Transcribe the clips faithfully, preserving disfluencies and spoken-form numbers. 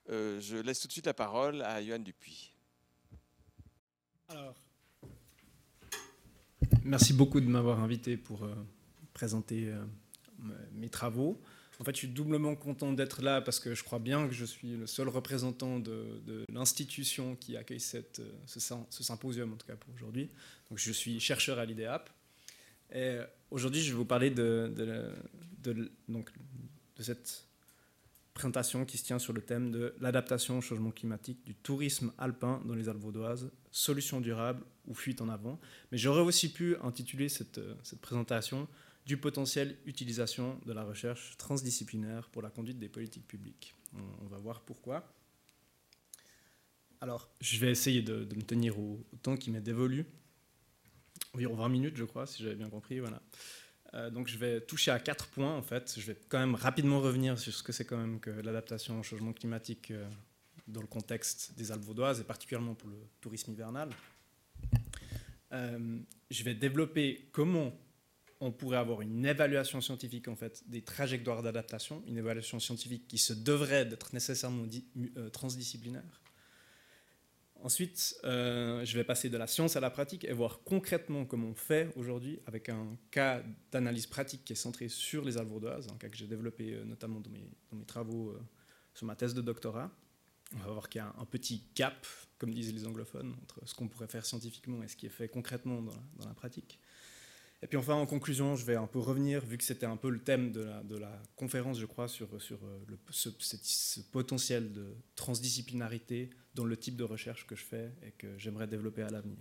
Euh, je laisse tout de suite la parole à Yoann Dupuis. Alors, merci beaucoup de m'avoir invité pour euh, présenter euh, mes travaux. En fait, je suis doublement content d'être là parce que je crois bien que je suis le seul représentant de, de l'institution qui accueille cette, ce, ce symposium, en tout cas pour aujourd'hui. Donc, je suis chercheur à l'I D A P. Et aujourd'hui, je vais vous parler de, de, de, donc, de cette présentation qui se tient sur le thème de l'adaptation au changement climatique du tourisme alpin dans les Alpes vaudoises, solutions durables ou fuite en avant. Mais j'aurais aussi pu intituler cette, cette présentation du potentiel utilisation de la recherche transdisciplinaire pour la conduite des politiques publiques. On, on va voir pourquoi. Alors, je vais essayer de, de me tenir au, au temps qui m'est dévolu. Environ vingt minutes, je crois, si j'avais bien compris. Voilà. Euh, donc je vais toucher à quatre points en fait. Je vais quand même rapidement revenir sur ce que c'est quand même que l'adaptation au changement climatique euh, dans le contexte des Alpes vaudoises et particulièrement pour le tourisme hivernal. Euh, je vais développer comment on pourrait avoir une évaluation scientifique en fait des trajectoires d'adaptation, une évaluation scientifique qui se devrait d'être nécessairement di- euh, transdisciplinaire. Ensuite, euh, je vais passer de la science à la pratique et voir concrètement comment on fait aujourd'hui avec un cas d'analyse pratique qui est centré sur les Alpes vaudoises, un cas que j'ai développé euh, notamment dans mes, dans mes travaux euh, sur ma thèse de doctorat. On va voir qu'il y a un, un petit gap, comme disent les anglophones, entre ce qu'on pourrait faire scientifiquement et ce qui est fait concrètement dans la, dans la pratique. Et puis enfin, en conclusion, je vais un peu revenir, vu que c'était un peu le thème de la, de la conférence, je crois, sur, sur le, ce, ce potentiel de transdisciplinarité dans le type de recherche que je fais et que j'aimerais développer à l'avenir.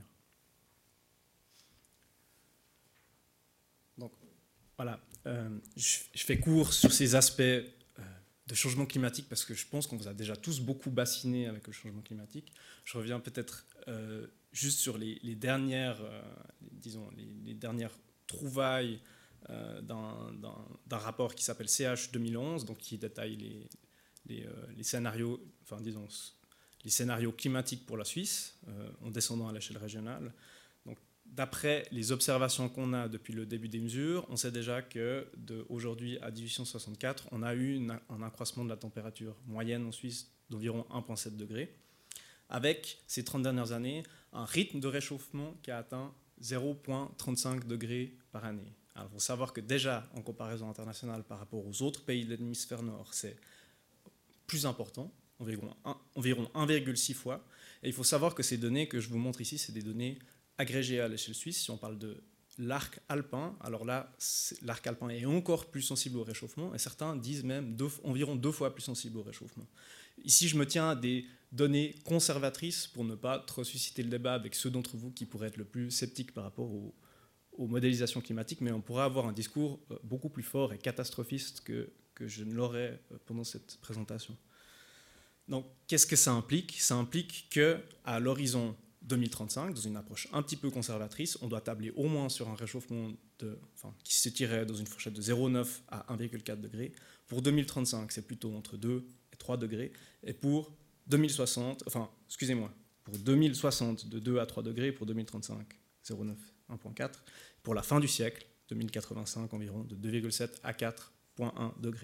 Donc, voilà, euh, je, je fais court sur ces aspects euh, de changement climatique parce que je pense qu'on vous a déjà tous beaucoup bassiné avec le changement climatique. Je reviens peut-être euh, juste sur les, les dernières, euh, disons, les, les dernières trouvailles euh, d'un rapport qui s'appelle C H deux mille onze, donc qui détaille les, les, euh, les scénarios, enfin disons, les scénarios climatiques pour la Suisse, euh, en descendant à l'échelle régionale. Donc, d'après les observations qu'on a depuis le début des mesures, on sait déjà que d'aujourd'hui à mille huit cent soixante-quatre, on a eu une, un accroissement de la température moyenne en Suisse d'environ un virgule sept degrés, avec ces trente dernières années un rythme de réchauffement qui a atteint zéro virgule trente-cinq degrés par année. Alors, il faut savoir que déjà, en comparaison internationale par rapport aux autres pays de l'hémisphère nord, c'est plus important, environ, environ un virgule six fois. Et il faut savoir que ces données que je vous montre ici, c'est des données agrégées à l'échelle suisse. Si on parle de l'arc alpin, alors là, l'arc alpin est encore plus sensible au réchauffement, et certains disent même deux, environ deux fois plus sensible au réchauffement. Ici, je me tiens à des données conservatrices pour ne pas trop susciter le débat avec ceux d'entre vous qui pourraient être le plus sceptiques par rapport aux, aux modélisations climatiques, mais on pourrait avoir un discours beaucoup plus fort et catastrophiste que, que je ne l'aurais pendant cette présentation. Donc, qu'est-ce que ça implique? Ça implique qu'à l'horizon deux mille trente-cinq, dans une approche un petit peu conservatrice, on doit tabler au moins sur un réchauffement de, enfin, qui se tirait dans une fourchette de zéro virgule neuf à un virgule quatre degrés. Pour deux mille trente-cinq, c'est plutôt entre deux et trois degrés. Et pour deux mille soixante, enfin, excusez-moi, pour deux mille soixante, de deux à trois degrés. Pour deux mille trente-cinq, zéro virgule neuf, un virgule quatre. Pour la fin du siècle, deux mille quatre-vingt-cinq environ, de deux virgule sept à quatre virgule un degrés.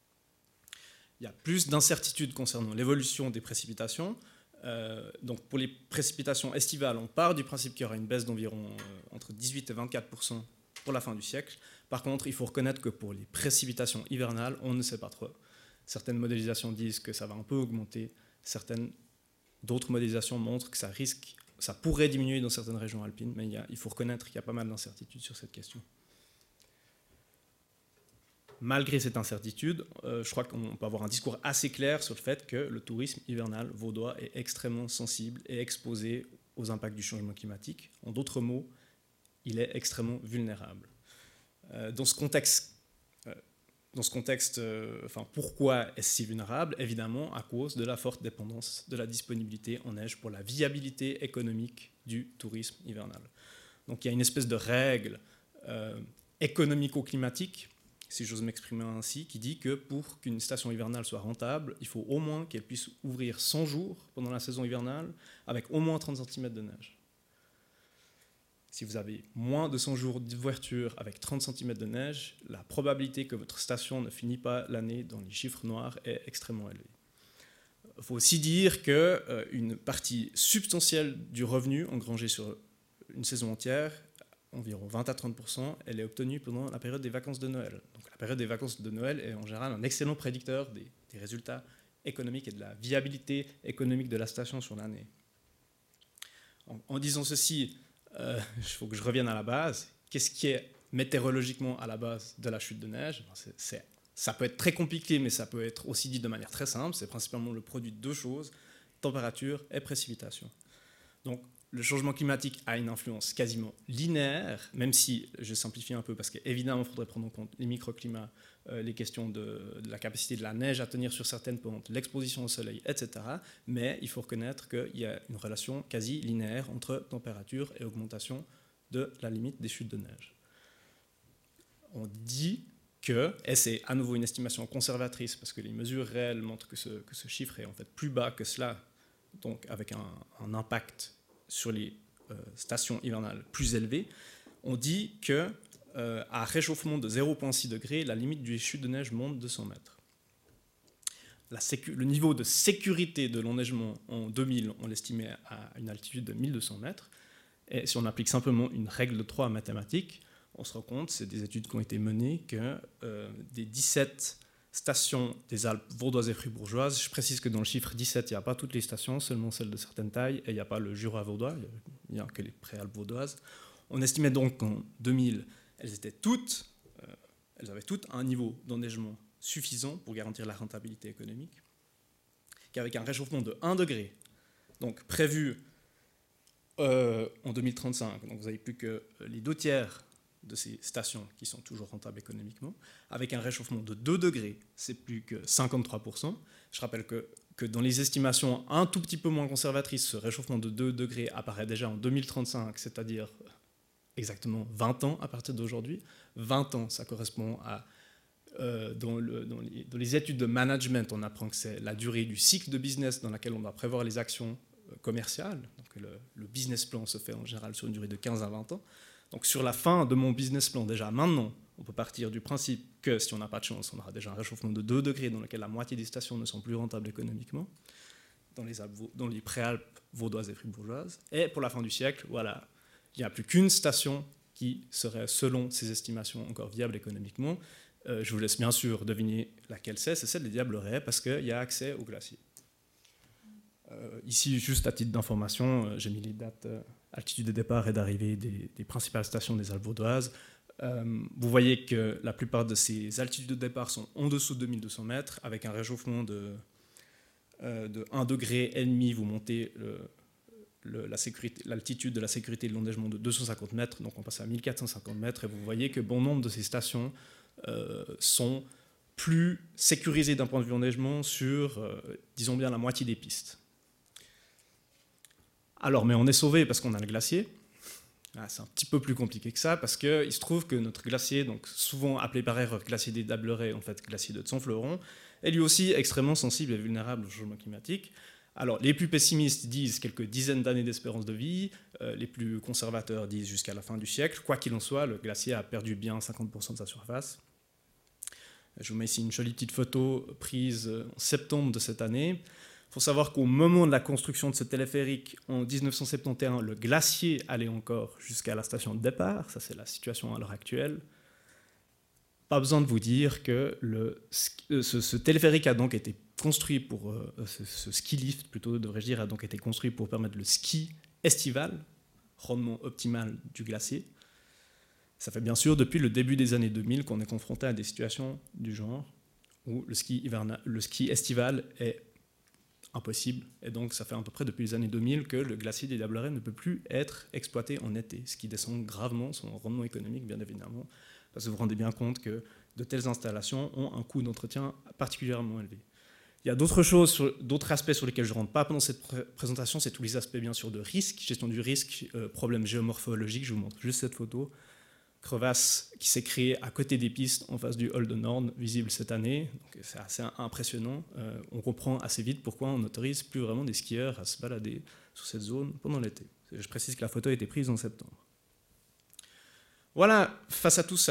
Il y a plus d'incertitudes concernant l'évolution des précipitations. Euh, donc pour les précipitations estivales, on part du principe qu'il y aura une baisse d'environ euh, entre dix-huit et vingt-quatre pour cent pour la fin du siècle. Par contre, il faut reconnaître que pour les précipitations hivernales, on ne sait pas trop. Certaines modélisations disent que ça va un peu augmenter. Certaines, d'autres modélisations montrent que ça risque, ça pourrait diminuer dans certaines régions alpines, mais il, y a, il faut reconnaître qu'il y a pas mal d'incertitudes sur cette question. Malgré cette incertitude, euh, je crois qu'on peut avoir un discours assez clair sur le fait que le tourisme hivernal vaudois est extrêmement sensible et exposé aux impacts du changement climatique. En d'autres mots, il est extrêmement vulnérable. Euh, dans ce contexte, euh, dans ce contexte euh, enfin, pourquoi est-ce si vulnérable? Évidemment, à cause de la forte dépendance de la disponibilité en neige pour la viabilité économique du tourisme hivernal. Donc il y a une espèce de règle euh, économico-climatique, si j'ose m'exprimer ainsi, qui dit que pour qu'une station hivernale soit rentable, il faut au moins qu'elle puisse ouvrir cent jours pendant la saison hivernale avec au moins trente centimètres de neige. Si vous avez moins de cent jours d'ouverture avec trente centimètres de neige, la probabilité que votre station ne finit pas l'année dans les chiffres noirs est extrêmement élevée. Il faut aussi dire qu'une euh, partie substantielle du revenu engrangé sur une saison entière, environ vingt à trente pour cent, elle est obtenue pendant la période des vacances de Noël. Donc la période des vacances de Noël est en général un excellent prédicteur des, des résultats économiques et de la viabilité économique de la station sur l'année. En, en disant ceci, euh, il faut que je revienne à la base. Qu'est-ce qui est météorologiquement à la base de la chute de neige? c'est, c'est, Ça peut être très compliqué, mais ça peut être aussi dit de manière très simple. C'est principalement le produit de deux choses, température et précipitation. Donc, le changement climatique a une influence quasiment linéaire, même si, je simplifie un peu, parce qu'évidemment, il faudrait prendre en compte les microclimats, euh, les questions de, de la capacité de la neige à tenir sur certaines pentes, l'exposition au soleil, et cetera. Mais il faut reconnaître qu'il y a une relation quasi linéaire entre température et augmentation de la limite des chutes de neige. On dit que, et c'est à nouveau une estimation conservatrice, parce que les mesures réelles montrent que ce, que ce chiffre est en fait plus bas que cela, donc avec un, un impact sur les euh, stations hivernales plus élevées, on dit qu'à euh, réchauffement de zéro virgule six degrés, la limite des chutes de neige monte de cent mètres. La sécu- le niveau de sécurité de l'enneigement en deux mille, on l'estimait à une altitude de mille deux cents mètres, et si on applique simplement une règle de trois mathématique, on se rend compte, c'est des études qui ont été menées, que euh, des dix-sept stations des Alpes vaudoises et fribourgeoises, je précise que dans le chiffre dix-sept, il n'y a pas toutes les stations, seulement celles de certaines tailles, et il n'y a pas le Jura vaudois, il n'y a que les préalpes vaudoises. On estimait donc qu'en deux mille, elles étaient toutes, euh, elles avaient toutes un niveau d'enneigement suffisant pour garantir la rentabilité économique, qu'avec un réchauffement de un degré, donc prévu euh, en deux mille trente-cinq, donc vous n'avez plus que les deux tiers de ces stations qui sont toujours rentables économiquement, avec un réchauffement de deux degrés, c'est plus que cinquante-trois pour cent. Je rappelle que, que dans les estimations un tout petit peu moins conservatrices, ce réchauffement de deux degrés apparaît déjà en deux mille trente-cinq, c'est-à-dire exactement vingt ans à partir d'aujourd'hui. vingt ans, ça correspond à... Euh, dans, le, dans, les, dans les études de management, on apprend que c'est la durée du cycle de business dans laquelle on doit prévoir les actions commerciales. Donc le, le business plan se fait en général sur une durée de quinze à vingt ans. Donc sur la fin de mon business plan, déjà maintenant, on peut partir du principe que si on n'a pas de chance, on aura déjà un réchauffement de deux degrés dans lequel la moitié des stations ne sont plus rentables économiquement, dans les, Alpes, dans les préalpes vaudoises et fribourgeoises. Et pour la fin du siècle, voilà, il n'y a plus qu'une station qui serait, selon ces estimations, encore viable économiquement. Euh, je vous laisse bien sûr deviner laquelle c'est, c'est celle des Diablerets, parce qu'il y a accès aux glaciers. Euh, ici, juste à titre d'information, euh, j'ai mis les dates... Euh, altitude de départ et d'arrivée des, des principales stations des Alpes vaudoises. Euh, vous voyez que la plupart de ces altitudes de départ sont en dessous de deux mille deux cents mètres, avec un réchauffement de, euh, de un degré et demi, vous montez le, le, la sécurité, l'altitude de la sécurité de l'enneigement de deux cent cinquante mètres, donc on passe à mille quatre cent cinquante mètres, et vous voyez que bon nombre de ces stations euh, sont plus sécurisées d'un point de vue enneigement sur, euh, disons bien, la moitié des pistes. Alors, mais on est sauvé parce qu'on a le glacier. Ah, c'est un petit peu plus compliqué que ça, parce qu'il se trouve que notre glacier, donc souvent appelé par erreur glacier des Diablerets, en fait glacier de Tson-Fleuron, est lui aussi extrêmement sensible et vulnérable au changement climatique. Alors, les plus pessimistes disent quelques dizaines d'années d'espérance de vie, euh, les plus conservateurs disent jusqu'à la fin du siècle. Quoi qu'il en soit, le glacier a perdu bien cinquante pour cent de sa surface. Je vous mets ici une jolie petite photo prise en septembre de cette année. Il faut savoir qu'au moment de la construction de ce téléphérique, en dix-neuf cent soixante et onze, le glacier allait encore jusqu'à la station de départ. Ça, c'est la situation à l'heure actuelle. Pas besoin de vous dire que le, ce, ce téléphérique a donc été construit pour... Euh, ce, ce ski lift, plutôt, devrais-je dire, a donc été construit pour permettre le ski estival, rendement optimal du glacier. Ça fait bien sûr depuis le début des années deux mille qu'on est confronté à des situations du genre où le ski, hivernal, le ski estival est impossible, et donc ça fait à peu près depuis les années deux mille que le glacier des Diablerets ne peut plus être exploité en été, ce qui descend gravement son rendement économique, bien évidemment, parce que vous vous rendez bien compte que de telles installations ont un coût d'entretien particulièrement élevé. Il y a d'autres choses, sur, d'autres aspects sur lesquels je ne rentre pas pendant cette pr- présentation, c'est tous les aspects bien sûr de risque, gestion du risque, euh, problème géomorphologique, je vous montre juste cette photo. Crevasse qui s'est créée à côté des pistes en face du Hol de Nord, visible cette année. Donc c'est assez impressionnant. Euh, on comprend assez vite pourquoi on n'autorise plus vraiment des skieurs à se balader sur cette zone pendant l'été. Je précise que la photo a été prise en septembre. Voilà, face à tout ça,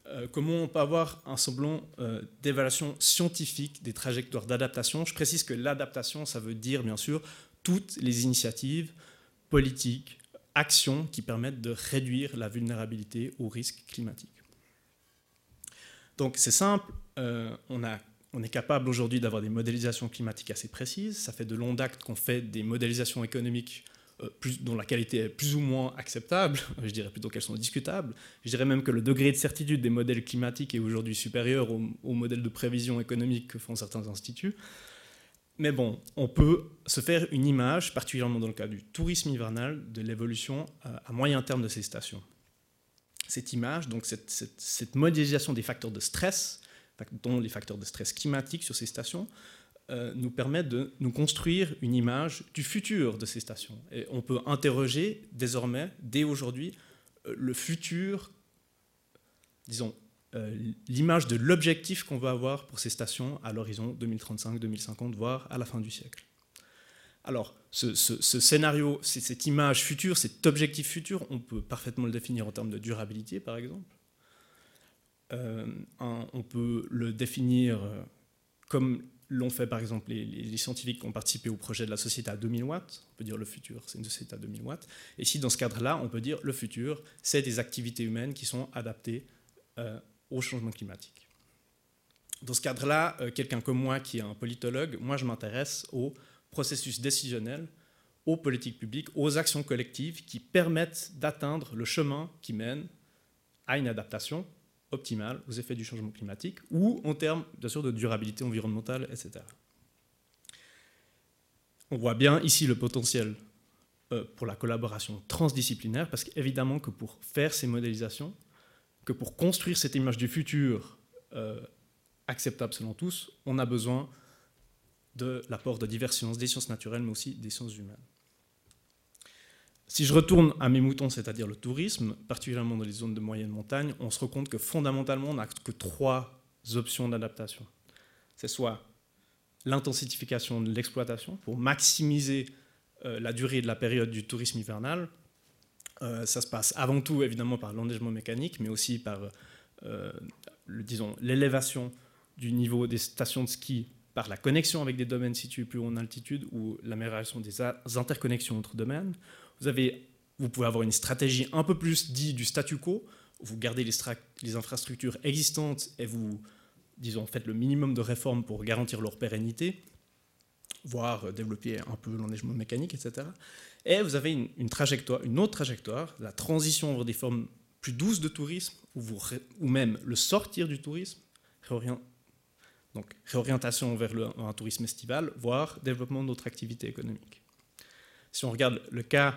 euh, comment on peut avoir un semblant euh, d'évaluation scientifique des trajectoires d'adaptation. Je précise que l'adaptation, ça veut dire bien sûr toutes les initiatives politiques, actions qui permettent de réduire la vulnérabilité aux risques climatiques. Donc c'est simple, euh, on, a, on est capable aujourd'hui d'avoir des modélisations climatiques assez précises. Ça fait de longs actes qu'on fait des modélisations économiques euh, plus, dont la qualité est plus ou moins acceptable. Je dirais plutôt qu'elles sont discutables. Je dirais même que le degré de certitude des modèles climatiques est aujourd'hui supérieur aux, aux modèles de prévision économique que font certains instituts. Mais bon, on peut se faire une image, particulièrement dans le cas du tourisme hivernal, de l'évolution à moyen terme de ces stations. Cette image, donc cette, cette, cette modélisation des facteurs de stress, dont les facteurs de stress climatiques sur ces stations, euh, nous permet de nous construire une image du futur de ces stations. Et on peut interroger désormais, dès aujourd'hui, euh, le futur, disons, Euh, l'image de l'objectif qu'on va avoir pour ces stations à l'horizon deux mille trente-cinq deux mille cinquante, voire à la fin du siècle. Alors, ce, ce, ce scénario, cette image future, cet objectif futur, on peut parfaitement le définir en termes de durabilité, par exemple. Euh, un, on peut le définir comme l'ont fait, par exemple, les, les scientifiques qui ont participé au projet de la société à deux mille watts. On peut dire le futur, c'est une société à deux mille watts. Et si, dans ce cadre-là, on peut dire le futur, c'est des activités humaines qui sont adaptées euh, au changement climatique. Dans ce cadre-là, euh, quelqu'un comme moi qui est un politologue, moi je m'intéresse au processus décisionnel, aux politiques publiques, aux actions collectives qui permettent d'atteindre le chemin qui mène à une adaptation optimale aux effets du changement climatique ou en termes, bien sûr, de durabilité environnementale, et cetera. On voit bien ici le potentiel euh, pour la collaboration transdisciplinaire, parce qu'évidemment que pour faire ces modélisations, que pour construire cette image du futur euh, acceptable selon tous, on a besoin de l'apport de diverses sciences, des sciences naturelles, mais aussi des sciences humaines. Si je retourne à mes moutons, c'est-à-dire le tourisme, particulièrement dans les zones de moyenne montagne, on se rend compte que fondamentalement, on n'a que trois options d'adaptation. C'est soit l'intensification de l'exploitation pour maximiser euh, la durée de la période du tourisme hivernal. Euh, ça se passe avant tout, évidemment, par l'enneigement mécanique, mais aussi par euh, le, disons, l'élévation du niveau des stations de ski, par la connexion avec des domaines situés plus haut en altitude ou l'amélioration des interconnexions entre domaines. Vous, avez, vous pouvez avoir une stratégie un peu plus dite du statu quo, où vous gardez les, les infrastructures existantes et vous, disons, faites le minimum de réformes pour garantir leur pérennité, voire développer un peu l'enneigement mécanique, et cetera. Et vous avez une, une trajectoire, une autre trajectoire, la transition vers des formes plus douces de tourisme, ou, vous, ou même le sortir du tourisme, réorient, donc réorientation vers le, un tourisme estival, voire développement d'autres activités économiques. Si on regarde le cas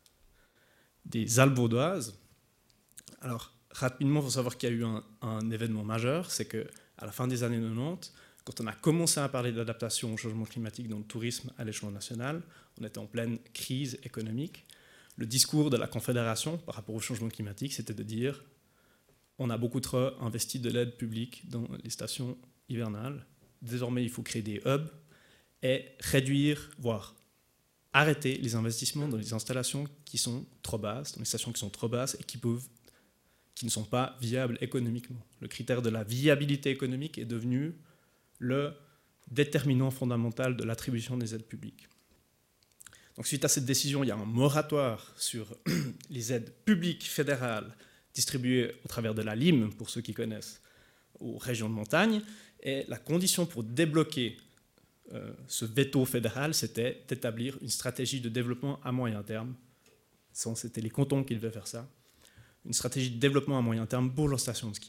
des Alpes vaudoises, alors rapidement, il faut savoir qu'il y a eu un, un événement majeur, c'est qu'à la fin des années quatre-vingt-dix, quand on a commencé à parler d'adaptation au changement climatique dans le tourisme à l'échelon national, on était en pleine crise économique. Le discours de la Confédération par rapport au changement climatique, c'était de dire on a beaucoup trop investi de l'aide publique dans les stations hivernales. Désormais, il faut créer des hubs et réduire, voire arrêter les investissements dans les installations qui sont trop basses, dans les stations qui sont trop basses et qui, peuvent, qui ne sont pas viables économiquement. Le critère de la viabilité économique est devenu le déterminant fondamental de l'attribution des aides publiques. Donc, suite à cette décision, il y a un moratoire sur les aides publiques fédérales distribuées au travers de la L I M, pour ceux qui connaissent, aux régions de montagne. Et la condition pour débloquer euh, ce veto fédéral, c'était d'établir une stratégie de développement à moyen terme. C'était les cantons qui devaient faire ça. Une stratégie de développement à moyen terme pour leurs stations de ski.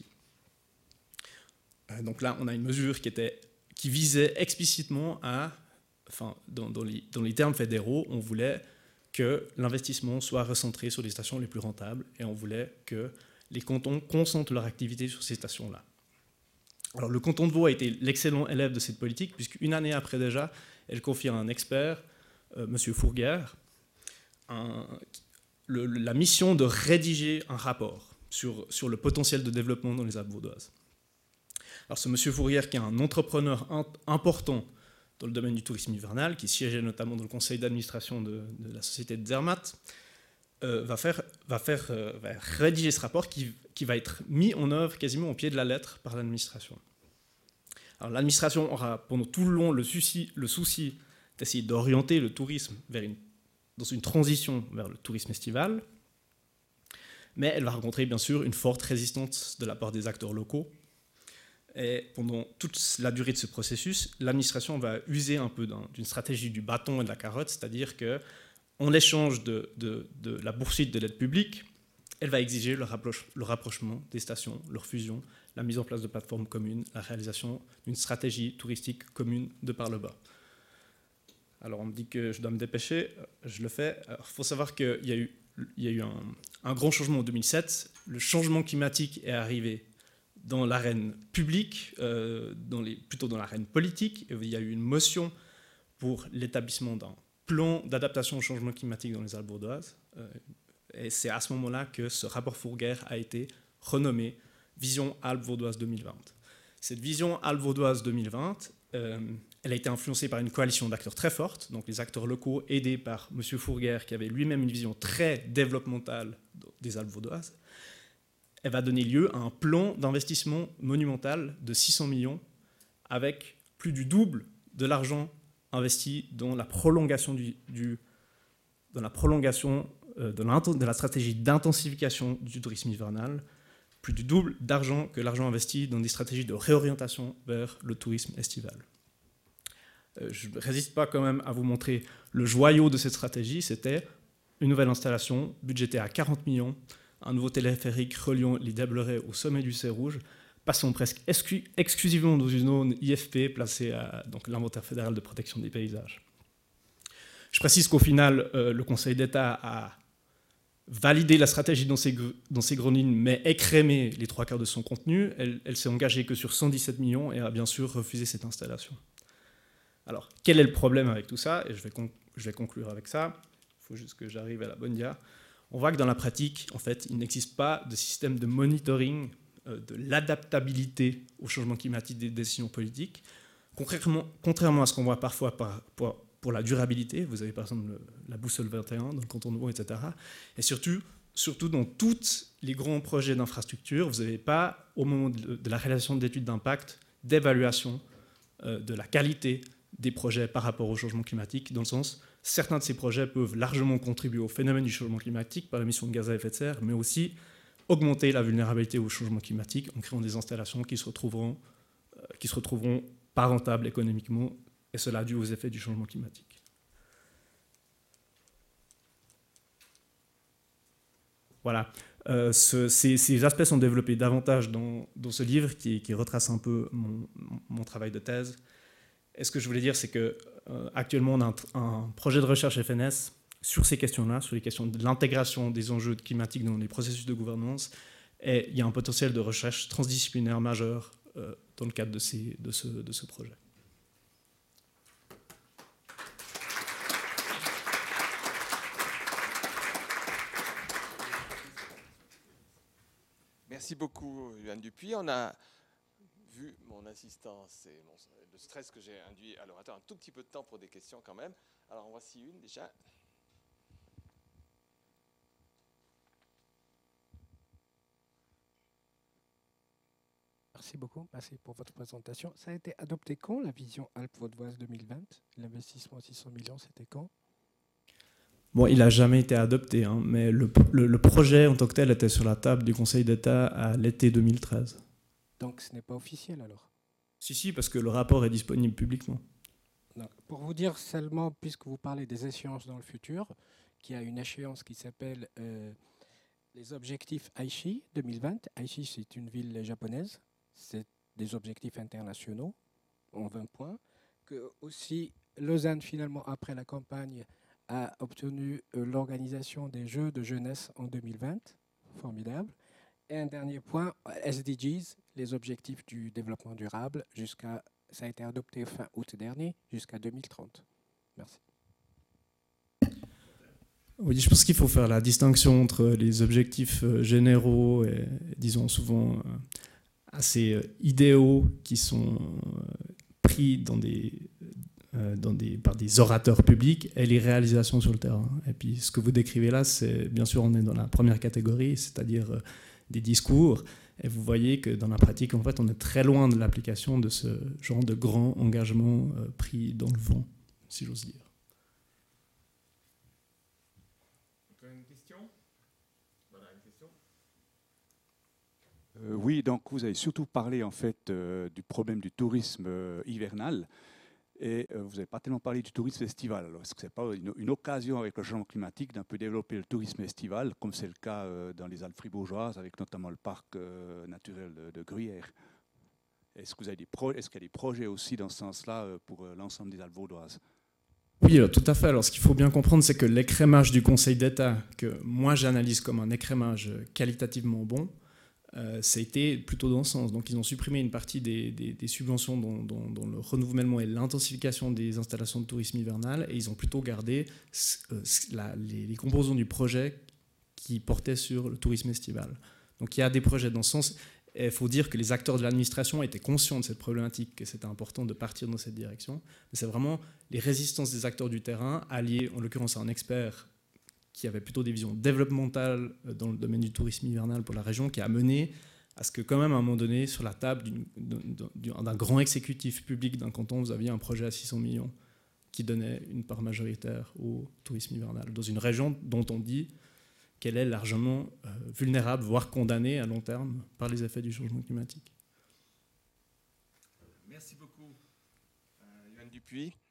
Euh, donc là, on a une mesure qui, était, qui visait explicitement à... Enfin, dans, dans, les, dans les termes fédéraux, on voulait que l'investissement soit recentré sur les stations les plus rentables et on voulait que les cantons concentrent leur activité sur ces stations-là. Alors, le canton de Vaud a été l'excellent élève de cette politique, puisqu'une année après déjà, elle confie à un expert, euh, M. Fourguère, un, le, la mission de rédiger un rapport sur, sur le potentiel de développement dans les Alpes vaudoises. Alors, ce M. Fourguère, qui est un entrepreneur important dans le domaine du tourisme hivernal, qui siégeait notamment dans le conseil d'administration de, de la société de Zermatt, euh, va, faire, va, faire, euh, va rédiger ce rapport qui, qui va être mis en œuvre quasiment au pied de la lettre par l'administration. Alors l'administration aura pendant tout le long le souci, le souci d'essayer d'orienter le tourisme vers une, dans une transition vers le tourisme estival, mais elle va rencontrer bien sûr une forte résistance de la part des acteurs locaux. Et pendant toute la durée de ce processus, l'administration va user un peu d'une stratégie du bâton et de la carotte, c'est-à-dire qu'en échange de, de, de la poursuite de l'aide publique, elle va exiger le, rapproche, le rapprochement des stations, leur fusion, la mise en place de plateformes communes, la réalisation d'une stratégie touristique commune de par le bas. Alors on me dit que je dois me dépêcher, je le fais. Il faut savoir qu'il y a eu, il y a eu un, un grand changement en deux mille sept. Le changement climatique est arrivé dans l'arène publique, euh, dans les, plutôt dans l'arène politique. Il y a eu une motion pour l'établissement d'un plan d'adaptation au changement climatique dans les Alpes vaudoises. Euh, et c'est à ce moment-là que ce rapport Fourguer a été renommé Vision Alpes vaudoises deux mille vingt. Cette vision Alpes vaudoises deux mille vingt, euh, elle a été influencée par une coalition d'acteurs très forte, donc les acteurs locaux aidés par M. Fourguer, qui avait lui-même une vision très développementale des Alpes vaudoises. Elle va donner lieu à un plan d'investissement monumental de six cents millions, avec plus du double de l'argent investi dans la prolongation, du, du, dans la, prolongation euh, de, de la stratégie d'intensification du tourisme hivernal, plus du double d'argent que l'argent investi dans des stratégies de réorientation vers le tourisme estival. Euh, je ne résiste pas quand même à vous montrer le joyau de cette stratégie, c'était une nouvelle installation budgétée à quarante millions, un nouveau téléphérique reliant les Diablerets au sommet du Cerf Rouge, passant presque exclu exclusivement dans une zone I F P placée à l'Inventaire fédéral de protection des paysages. Je précise qu'au final, euh, le Conseil d'État a validé la stratégie dans ses, dans ses grandes lignes, mais écrémé les trois quarts de son contenu. Elle, elle s'est engagée que sur cent dix-sept millions et a bien sûr refusé cette installation. Alors, quel est le problème avec tout ça? Et je vais, je vais conclure avec ça. Il faut juste que j'arrive à la bonne dia. On voit que dans la pratique, en fait, il n'existe pas de système de monitoring euh, de l'adaptabilité au changement climatique des décisions politiques. Contrairement, contrairement à ce qu'on voit parfois par, pour, pour la durabilité, vous avez par exemple le, la boussole vingt et un dans le canton de Vaud, et cetera. Et surtout, surtout dans tous les grands projets d'infrastructure, vous n'avez pas, au moment de, de la réalisation d'études d'impact, d'évaluation euh, de la qualité des projets par rapport au changement climatique, dans le sens, certains de ces projets peuvent largement contribuer au phénomène du changement climatique par l'émission de gaz à effet de serre, mais aussi augmenter la vulnérabilité au changement climatique en créant des installations qui se retrouveront, euh, qui se retrouveront pas rentables économiquement, et cela dû aux effets du changement climatique. Voilà. Euh, ce, ces, ces aspects sont développés davantage dans, dans ce livre qui, qui retrace un peu mon, mon travail de thèse. Et ce que je voulais dire, c'est qu'actuellement, euh, on a un, un projet de recherche F N S sur ces questions-là, sur les questions de l'intégration des enjeux climatiques dans les processus de gouvernance. Et il y a un potentiel de recherche transdisciplinaire majeur euh, dans le cadre de, ces, de, ce, de ce projet. Merci beaucoup, Yoann Dupuis. On a vu mon assistance et mon, le stress que j'ai induit. Alors, attends un tout petit peu de temps pour des questions quand même. Alors, en voici une déjà. Merci beaucoup, merci pour votre présentation. Ça a été adopté quand, la vision Alpes vaudoises deux mille vingt? L'investissement à six cents millions, c'était quand? Bon, il n'a jamais été adopté, hein, mais le, le, le projet en tant que tel était sur la table du Conseil d'État à l'été deux mille treize. Donc ce n'est pas officiel alors? Si, si, parce que le rapport est disponible publiquement. Donc, pour vous dire seulement, puisque vous parlez des échéances dans le futur, qu'il y a une échéance qui s'appelle euh, les objectifs Aichi deux mille vingt. Aichi, c'est une ville japonaise. C'est des objectifs internationaux en vingt points. Que aussi, Lausanne, finalement, après la campagne, a obtenu euh, l'organisation des Jeux de jeunesse en deux mille vingt. Formidable. Et un dernier point, S D Gs, les objectifs du développement durable, jusqu'à, ça a été adopté fin août dernier, jusqu'à deux mille trente. Merci. Oui, je pense qu'il faut faire la distinction entre les objectifs généraux et, disons, souvent assez idéaux qui sont pris dans des, euh, dans des, par des orateurs publics et les réalisations sur le terrain. Et puis ce que vous décrivez là, c'est bien sûr on est dans la première catégorie, c'est-à-dire euh, des discours. Et vous voyez que dans la pratique, en fait, on est très loin de l'application de ce genre de grand engagement euh, pris dans le vent, si j'ose dire. Une question ? Voilà, une question. Euh, oui, donc vous avez surtout parlé en fait euh, du problème du tourisme euh, hivernal et euh, vous n'avez pas tellement parlé du tourisme estival. Alors, est-ce que ce n'est pas une, une occasion avec le changement climatique d'un peu développer le tourisme estival, comme c'est le cas euh, dans les Alpes fribourgeoises, avec notamment le parc euh, naturel de, de Gruyère? Est-ce que vous avez des pro- est-ce qu'il y a des projets aussi dans ce sens-là euh, pour euh, l'ensemble des Alpes vaudoises? Oui, alors, tout à fait. Alors, ce qu'il faut bien comprendre, c'est que l'écrémage du Conseil d'État, que moi j'analyse comme un écrémage qualitativement bon, euh, ça a été plutôt dans ce sens. Donc, ils ont supprimé une partie des, des, des subventions dont, dont, dont le renouvellement et l'intensification des installations de tourisme hivernal, et ils ont plutôt gardé euh, la, les, les composants du projet qui portaient sur le tourisme estival. Donc, il y a des projets dans ce sens. Il faut dire que les acteurs de l'administration étaient conscients de cette problématique, que c'était important de partir dans cette direction. Mais c'est vraiment les résistances des acteurs du terrain, alliées en l'occurrence à un expert qui avait plutôt des visions développementales dans le domaine du tourisme hivernal pour la région, qui a mené à ce que quand même à un moment donné, sur la table d'une, d'un grand exécutif public d'un canton, vous aviez un projet à six cents millions qui donnait une part majoritaire au tourisme hivernal, dans une région dont on dit qu'elle est largement euh, vulnérable, voire condamnée à long terme par les effets du changement climatique. Merci beaucoup, euh, Yoann Dupuis.